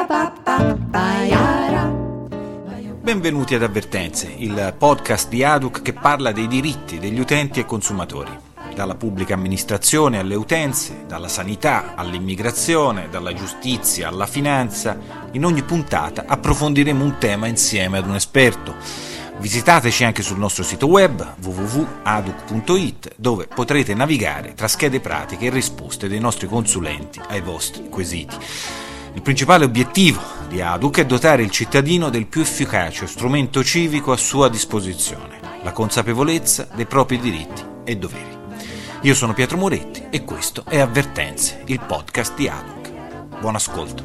Benvenuti ad Avvertenze, il podcast di ADUC che parla dei diritti degli utenti e consumatori. Dalla pubblica amministrazione alle utenze, dalla sanità all'immigrazione, dalla giustizia alla finanza, in ogni puntata approfondiremo un tema insieme ad un esperto. Visitateci anche sul nostro sito web www.aduc.it, dove potrete navigare tra schede pratiche e risposte dei nostri consulenti ai vostri quesiti. Il principale obiettivo di ADUC è dotare il cittadino del più efficace strumento civico a sua disposizione, la consapevolezza dei propri diritti e doveri. Io sono Pietro Moretti e questo è Avvertenze, il podcast di ADUC. Buon ascolto.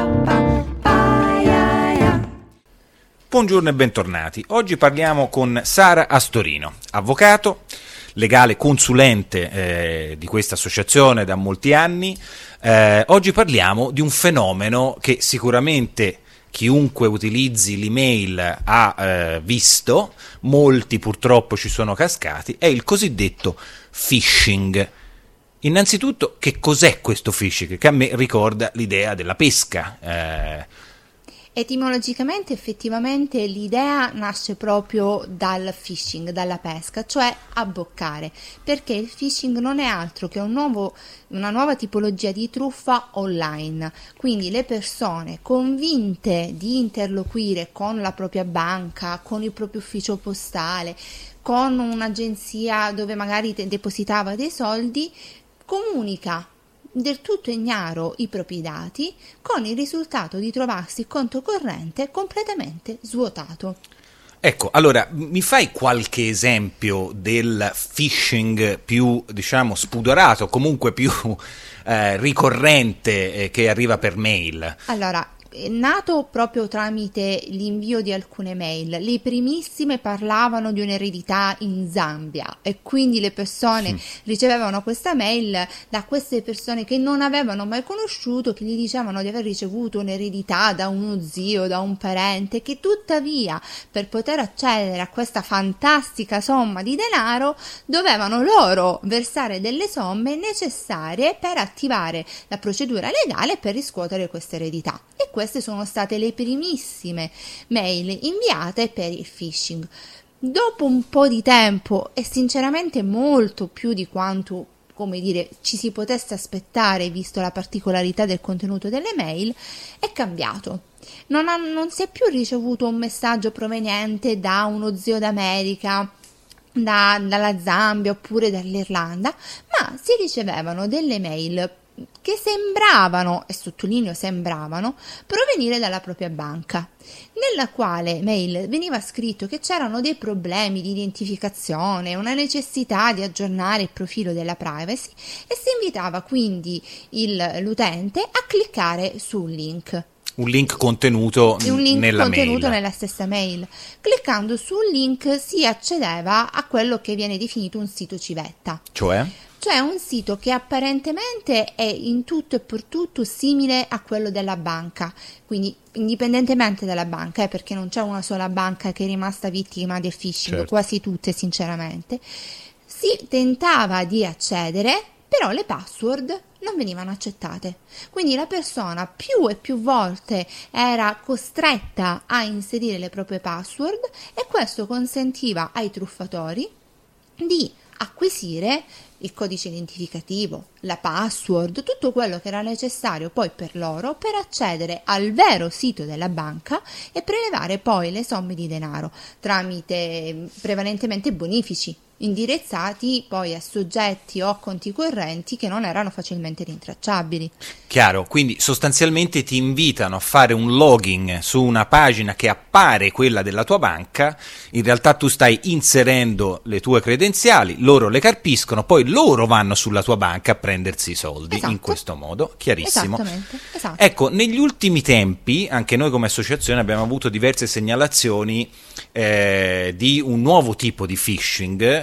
Buongiorno e bentornati. Oggi parliamo con Sara Astorino, avvocato, legale consulente di questa associazione da molti anni. Oggi parliamo di un fenomeno che sicuramente chiunque utilizzi l'email ha visto, molti purtroppo ci sono cascati, è il cosiddetto phishing. Innanzitutto, che cos'è questo phishing? Che a me ricorda l'idea della pesca. Etimologicamente, effettivamente, l'idea nasce proprio dal phishing, dalla pesca, cioè abboccare, perché il phishing non è altro che una nuova tipologia di truffa online. Quindi le persone convinte di interloquire con la propria banca, con il proprio ufficio postale, con un'agenzia dove magari depositava dei soldi, comunica del tutto ignaro i propri dati, con il risultato di trovarsi il conto corrente completamente svuotato. Ecco, allora mi fai qualche esempio del phishing più, spudorato, comunque più ricorrente che arriva per mail? Allora, è nato proprio tramite l'invio di alcune mail. Le primissime parlavano di un'eredità in Zambia e quindi le persone ricevevano questa mail da queste persone che non avevano mai conosciuto, che gli dicevano di aver ricevuto un'eredità da uno zio, da un parente, che tuttavia per poter accedere a questa fantastica somma di denaro dovevano loro versare delle somme necessarie per attivare la procedura legale per riscuotere questa eredità. E queste sono state le primissime mail inviate per il phishing. Dopo un po' di tempo e sinceramente molto più di quanto, ci si potesse aspettare visto la particolarità del contenuto delle mail, è cambiato. Non si è più ricevuto un messaggio proveniente da uno zio d'America, dalla Zambia oppure dall'Irlanda, ma si ricevevano delle mail che sembravano, e sottolineo sembravano, provenire dalla propria banca, nella quale mail veniva scritto che c'erano dei problemi di identificazione, una necessità di aggiornare il profilo della privacy e si invitava quindi l'utente a cliccare su un link. Un link contenuto nella mail. Nella stessa mail. Cliccando sul link si accedeva a quello che viene definito un sito civetta. Cioè un sito che apparentemente è in tutto e per tutto simile a quello della banca, quindi indipendentemente dalla banca, perché non c'è una sola banca che è rimasta vittima del phishing, certo. Quasi tutte sinceramente, si tentava di accedere, però le password non venivano accettate, quindi la persona più e più volte era costretta a inserire le proprie password e questo consentiva ai truffatori di acquisire il codice identificativo, la password, tutto quello che era necessario poi per loro per accedere al vero sito della banca e prelevare poi le somme di denaro tramite prevalentemente bonifici indirizzati poi a soggetti o a conti correnti che non erano facilmente rintracciabili. Chiaro, quindi sostanzialmente ti invitano a fare un login su una pagina che appare quella della tua banca, in realtà tu stai inserendo le tue credenziali, loro le carpiscono, poi loro vanno sulla tua banca a prendersi i soldi, esatto. In questo modo, chiarissimo. Esatto. Ecco, negli ultimi tempi, anche noi come associazione abbiamo avuto diverse segnalazioni di un nuovo tipo di phishing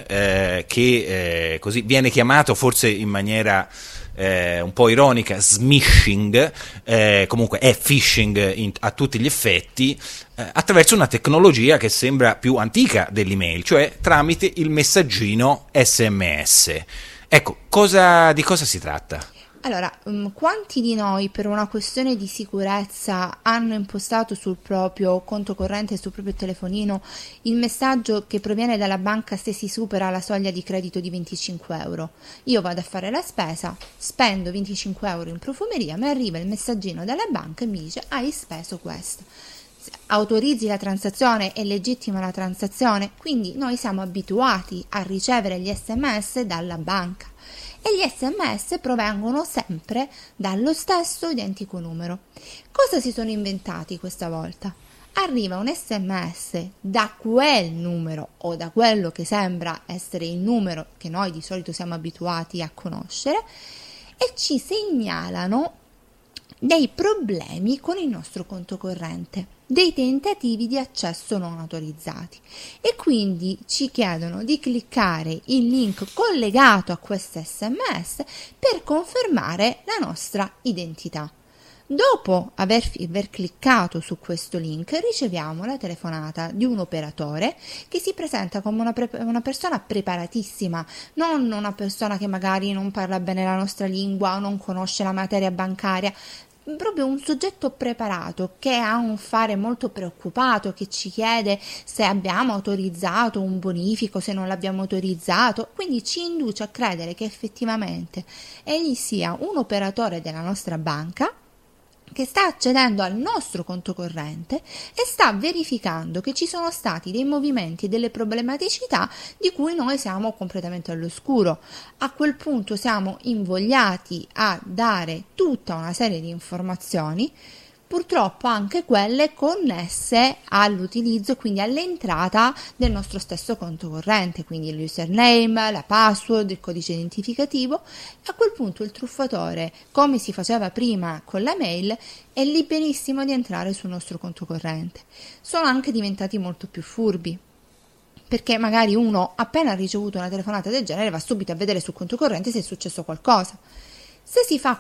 che così viene chiamato forse in maniera un po' ironica smishing, comunque è phishing a tutti gli effetti, attraverso una tecnologia che sembra più antica dell'email, cioè tramite il messaggino SMS. Ecco, di cosa si tratta? Allora, quanti di noi per una questione di sicurezza hanno impostato sul proprio conto corrente, sul proprio telefonino, il messaggio che proviene dalla banca se si supera la soglia di credito di 25 euro? Io vado a fare la spesa, spendo 25 euro in profumeria, mi arriva il messaggino dalla banca e mi dice hai speso questo. Autorizzi la transazione, è legittima la transazione, quindi noi siamo abituati a ricevere gli SMS dalla banca. E gli SMS provengono sempre dallo stesso identico numero. Cosa si sono inventati questa volta? Arriva un SMS da quel numero o da quello che sembra essere il numero che noi di solito siamo abituati a conoscere e ci segnalano dei problemi con il nostro conto corrente, dei tentativi di accesso non autorizzati e quindi ci chiedono di cliccare il link collegato a questo SMS per confermare la nostra identità. Dopo aver cliccato su questo link riceviamo la telefonata di un operatore che si presenta come una persona preparatissima, non una persona che magari non parla bene la nostra lingua o non conosce la materia bancaria, proprio un soggetto preparato che ha un fare molto preoccupato, che ci chiede se abbiamo autorizzato un bonifico, se non l'abbiamo autorizzato, quindi ci induce a credere che effettivamente egli sia un operatore della nostra banca che sta accedendo al nostro conto corrente e sta verificando che ci sono stati dei movimenti e delle problematicità di cui noi siamo completamente all'oscuro. A quel punto siamo invogliati a dare tutta una serie di informazioni, purtroppo anche quelle connesse all'utilizzo, quindi all'entrata del nostro stesso conto corrente, quindi il username, la password, il codice identificativo. A quel punto il truffatore, come si faceva prima con la mail, è liberissimo di entrare sul nostro conto corrente. Sono anche diventati molto più furbi, perché magari uno appena ha ricevuto una telefonata del genere va subito a vedere sul conto corrente se è successo qualcosa. Se si fa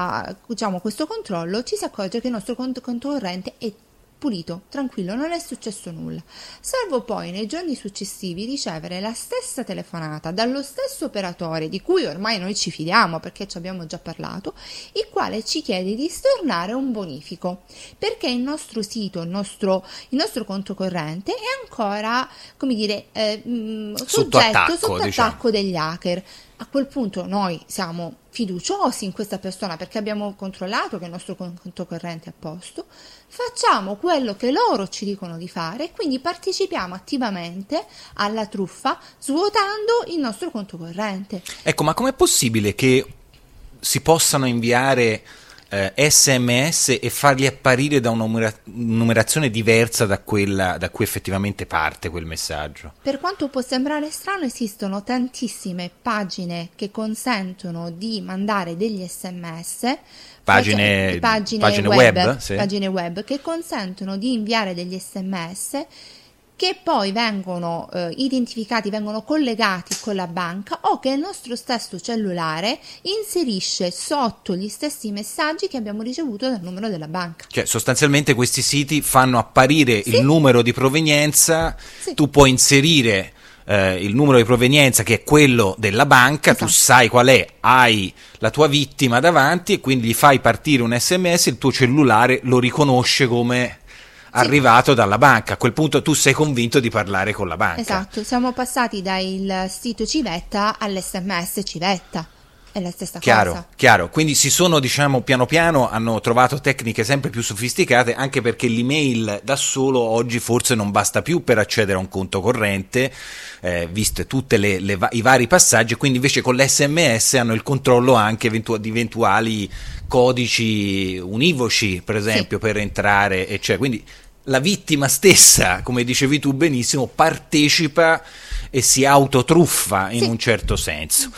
questo controllo, ci si accorge che il nostro conto corrente è pulito, tranquillo, non è successo nulla, salvo poi nei giorni successivi ricevere la stessa telefonata dallo stesso operatore di cui ormai noi ci fidiamo perché ci abbiamo già parlato, il quale ci chiede di stornare un bonifico perché il nostro sito, il nostro conto corrente è ancora, come dire, sotto attacco degli hacker. A quel punto noi siamo fiduciosi in questa persona perché abbiamo controllato che il nostro conto corrente è a posto, facciamo quello che loro ci dicono di fare e quindi partecipiamo attivamente alla truffa svuotando il nostro conto corrente. Ecco, ma com'è possibile che si possano inviare SMS e farli apparire da una numerazione diversa da quella da cui effettivamente parte quel messaggio? Per quanto può sembrare strano, esistono tantissime pagine che consentono di mandare degli SMS, pagine web, sì. Pagine web che consentono di inviare degli SMS che poi vengono identificati, vengono collegati con la banca o che il nostro stesso cellulare inserisce sotto gli stessi messaggi che abbiamo ricevuto dal numero della banca. Cioè sostanzialmente questi siti fanno apparire il numero di provenienza, tu puoi inserire il numero di provenienza che è quello della banca, esatto. Tu sai qual è, hai la tua vittima davanti e quindi gli fai partire un SMS, il tuo cellulare lo riconosce come arrivato dalla banca. A quel punto tu sei convinto di parlare con la banca. Esatto, siamo passati dal sito civetta all'SMS civetta. È la stessa cosa. Chiaro, quindi si sono, diciamo, piano piano hanno trovato tecniche sempre più sofisticate, anche perché l'email da solo oggi forse non basta più per accedere a un conto corrente, viste tutte i vari passaggi, quindi invece con l'SMS hanno il controllo anche di eventuali codici univoci, per esempio, per entrare, e cioè, quindi la vittima stessa, come dicevi tu benissimo, partecipa e si autotruffa in un certo senso.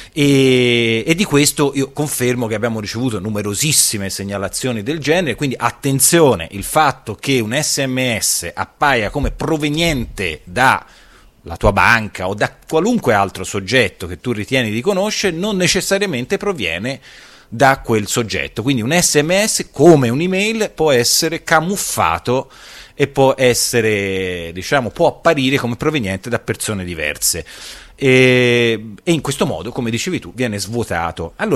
E di questo io confermo che abbiamo ricevuto numerosissime segnalazioni del genere, quindi attenzione, il fatto che un SMS appaia come proveniente da la tua banca o da qualunque altro soggetto che tu ritieni di conoscere non necessariamente proviene da quel soggetto, quindi un SMS come un'email può essere camuffato e può essere, diciamo, può apparire come proveniente da persone diverse e in questo modo, come dicevi tu, viene svuotato. Allora,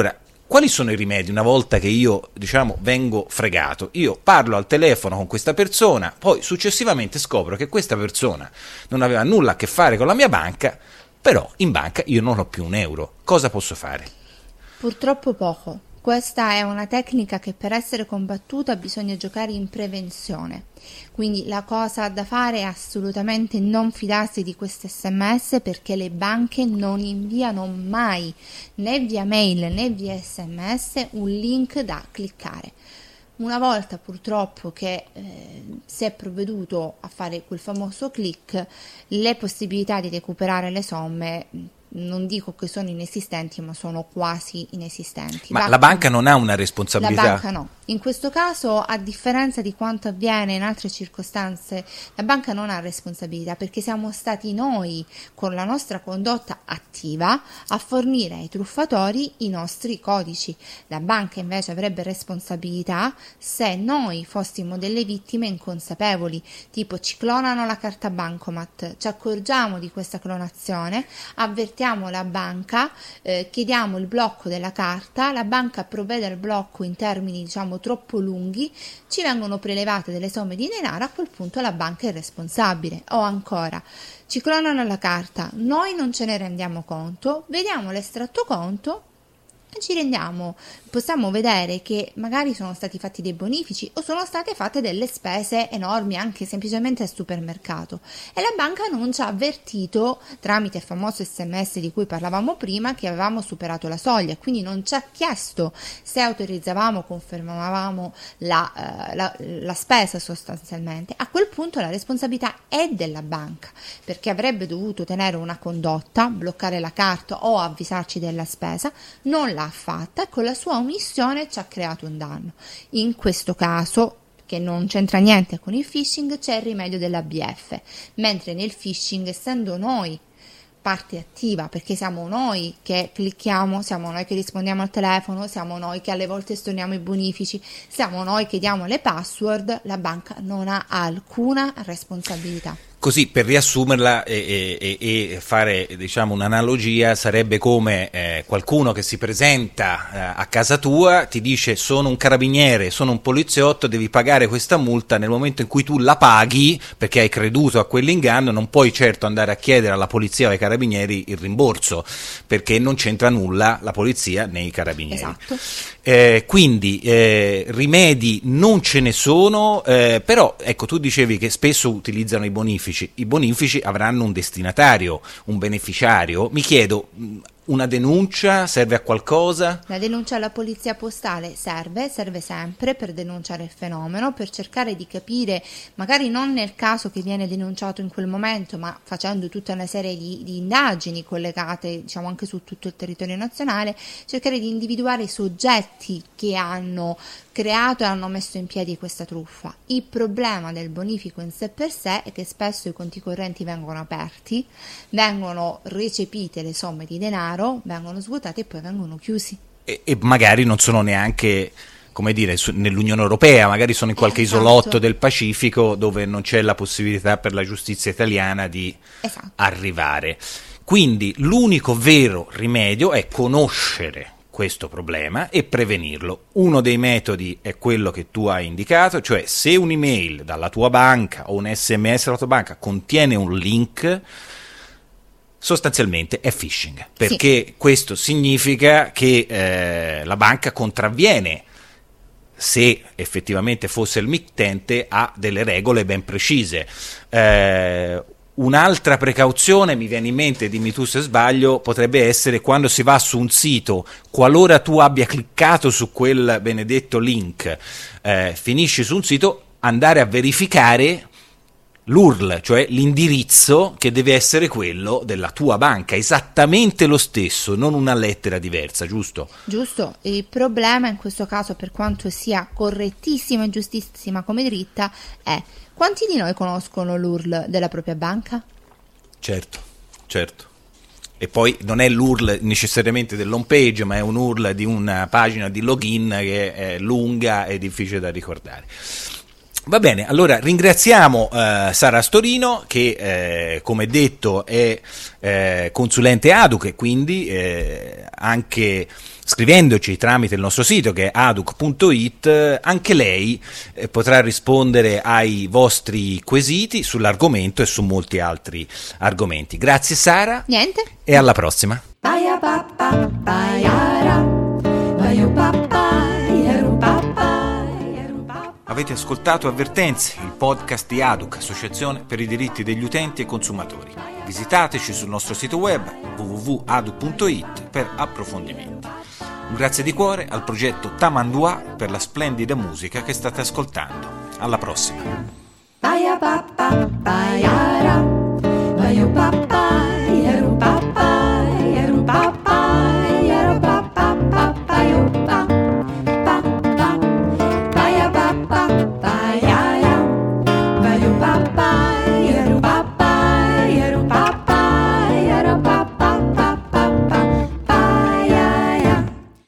quali sono i rimedi una volta che io, vengo fregato? Io parlo al telefono con questa persona, poi successivamente scopro che questa persona non aveva nulla a che fare con la mia banca, però in banca io non ho più un euro. Cosa posso fare? Purtroppo poco. Questa è una tecnica che per essere combattuta bisogna giocare in prevenzione. Quindi la cosa da fare è assolutamente non fidarsi di queste SMS, perché le banche non inviano mai, né via mail né via SMS, un link da cliccare. Una volta purtroppo che si è provveduto a fare quel famoso click, le possibilità di recuperare le somme non dico che sono inesistenti, ma sono quasi inesistenti. Ma la banca non ha una responsabilità? La banca no. In questo caso, a differenza di quanto avviene in altre circostanze, la banca non ha responsabilità, perché siamo stati noi, con la nostra condotta attiva, a fornire ai truffatori i nostri codici. La banca invece avrebbe responsabilità se noi fossimo delle vittime inconsapevoli, tipo ci clonano la carta bancomat, ci accorgiamo di questa clonazione, avvertiamo la banca, chiediamo il blocco della carta, la banca provvede al blocco in termini troppo lunghi, ci vengono prelevate delle somme di denaro, a quel punto la banca è responsabile. O ancora, ci clonano la carta, noi non ce ne rendiamo conto, vediamo l'estratto conto e possiamo vedere che magari sono stati fatti dei bonifici o sono state fatte delle spese enormi anche semplicemente al supermercato, e la banca non ci ha avvertito tramite il famoso SMS di cui parlavamo prima che avevamo superato la soglia, quindi non ci ha chiesto se autorizzavamo, confermavamo la spesa sostanzialmente. A quel punto la responsabilità è della banca, perché avrebbe dovuto tenere una condotta, bloccare la carta o avvisarci della spesa, non l'ha fatta e con la sua omissione ci ha creato un danno. In questo caso, che non c'entra niente con il phishing, c'è il rimedio dell'ABF, mentre nel phishing, essendo noi parte attiva, perché siamo noi che clicchiamo, siamo noi che rispondiamo al telefono, siamo noi che alle volte storniamo i bonifici, siamo noi che diamo le password, la banca non ha alcuna responsabilità. Così, per riassumerla e fare un'analogia, sarebbe come qualcuno che si presenta a casa tua, ti dice sono un carabiniere, sono un poliziotto, devi pagare questa multa. Nel momento in cui tu la paghi, perché hai creduto a quell'inganno, non puoi certo andare a chiedere alla polizia o ai carabinieri il rimborso, perché non c'entra nulla la polizia né i carabinieri. Esatto. Quindi rimedi non ce ne sono, però ecco, tu dicevi che spesso utilizzano i bonifici. I bonifici avranno un destinatario, un beneficiario. Mi chiedo, una denuncia serve a qualcosa? La denuncia alla polizia postale serve sempre per denunciare il fenomeno, per cercare di capire, magari non nel caso che viene denunciato in quel momento, ma facendo tutta una serie di indagini collegate anche su tutto il territorio nazionale, cercare di individuare i soggetti che hanno creato e hanno messo in piedi questa truffa. Il problema del bonifico in sé per sé è che spesso i conti correnti vengono aperti, vengono recepite le somme di denaro, vengono svuotati e poi vengono chiusi. E magari non sono neanche, come dire, nell'Unione Europea, magari sono in qualche isolotto del Pacifico dove non c'è la possibilità per la giustizia italiana di arrivare. Quindi l'unico vero rimedio è conoscere questo problema e prevenirlo. Uno dei metodi è quello che tu hai indicato, cioè se un'email dalla tua banca o un SMS dalla tua banca contiene un link, sostanzialmente è phishing, perché questo significa che la banca contravviene, se effettivamente fosse il mittente, a delle regole ben precise. Un'altra precauzione, mi viene in mente, dimmi tu se sbaglio, potrebbe essere quando si va su un sito, qualora tu abbia cliccato su quel benedetto link, finisci su un sito, andare a verificare l'URL, cioè l'indirizzo, che deve essere quello della tua banca, esattamente lo stesso, non una lettera diversa, giusto? Giusto. Il problema in questo caso, per quanto sia correttissima e giustissima come dritta, è: quanti di noi conoscono l'URL della propria banca? Certo. E poi non è l'URL necessariamente dell'home page, ma è un URL di una pagina di login che è lunga e difficile da ricordare. Va bene, allora ringraziamo Sara Astorino che come detto è consulente ADUC e quindi anche scrivendoci tramite il nostro sito che è aduc.it anche lei potrà rispondere ai vostri quesiti sull'argomento e su molti altri argomenti. Grazie Sara. Niente. E alla prossima. Avete ascoltato Avvertenze, il podcast di ADUC, Associazione per i diritti degli utenti e consumatori. Visitateci sul nostro sito web www.adu.it per approfondimenti. Un grazie di cuore al progetto Tamandua per la splendida musica che state ascoltando. Alla prossima!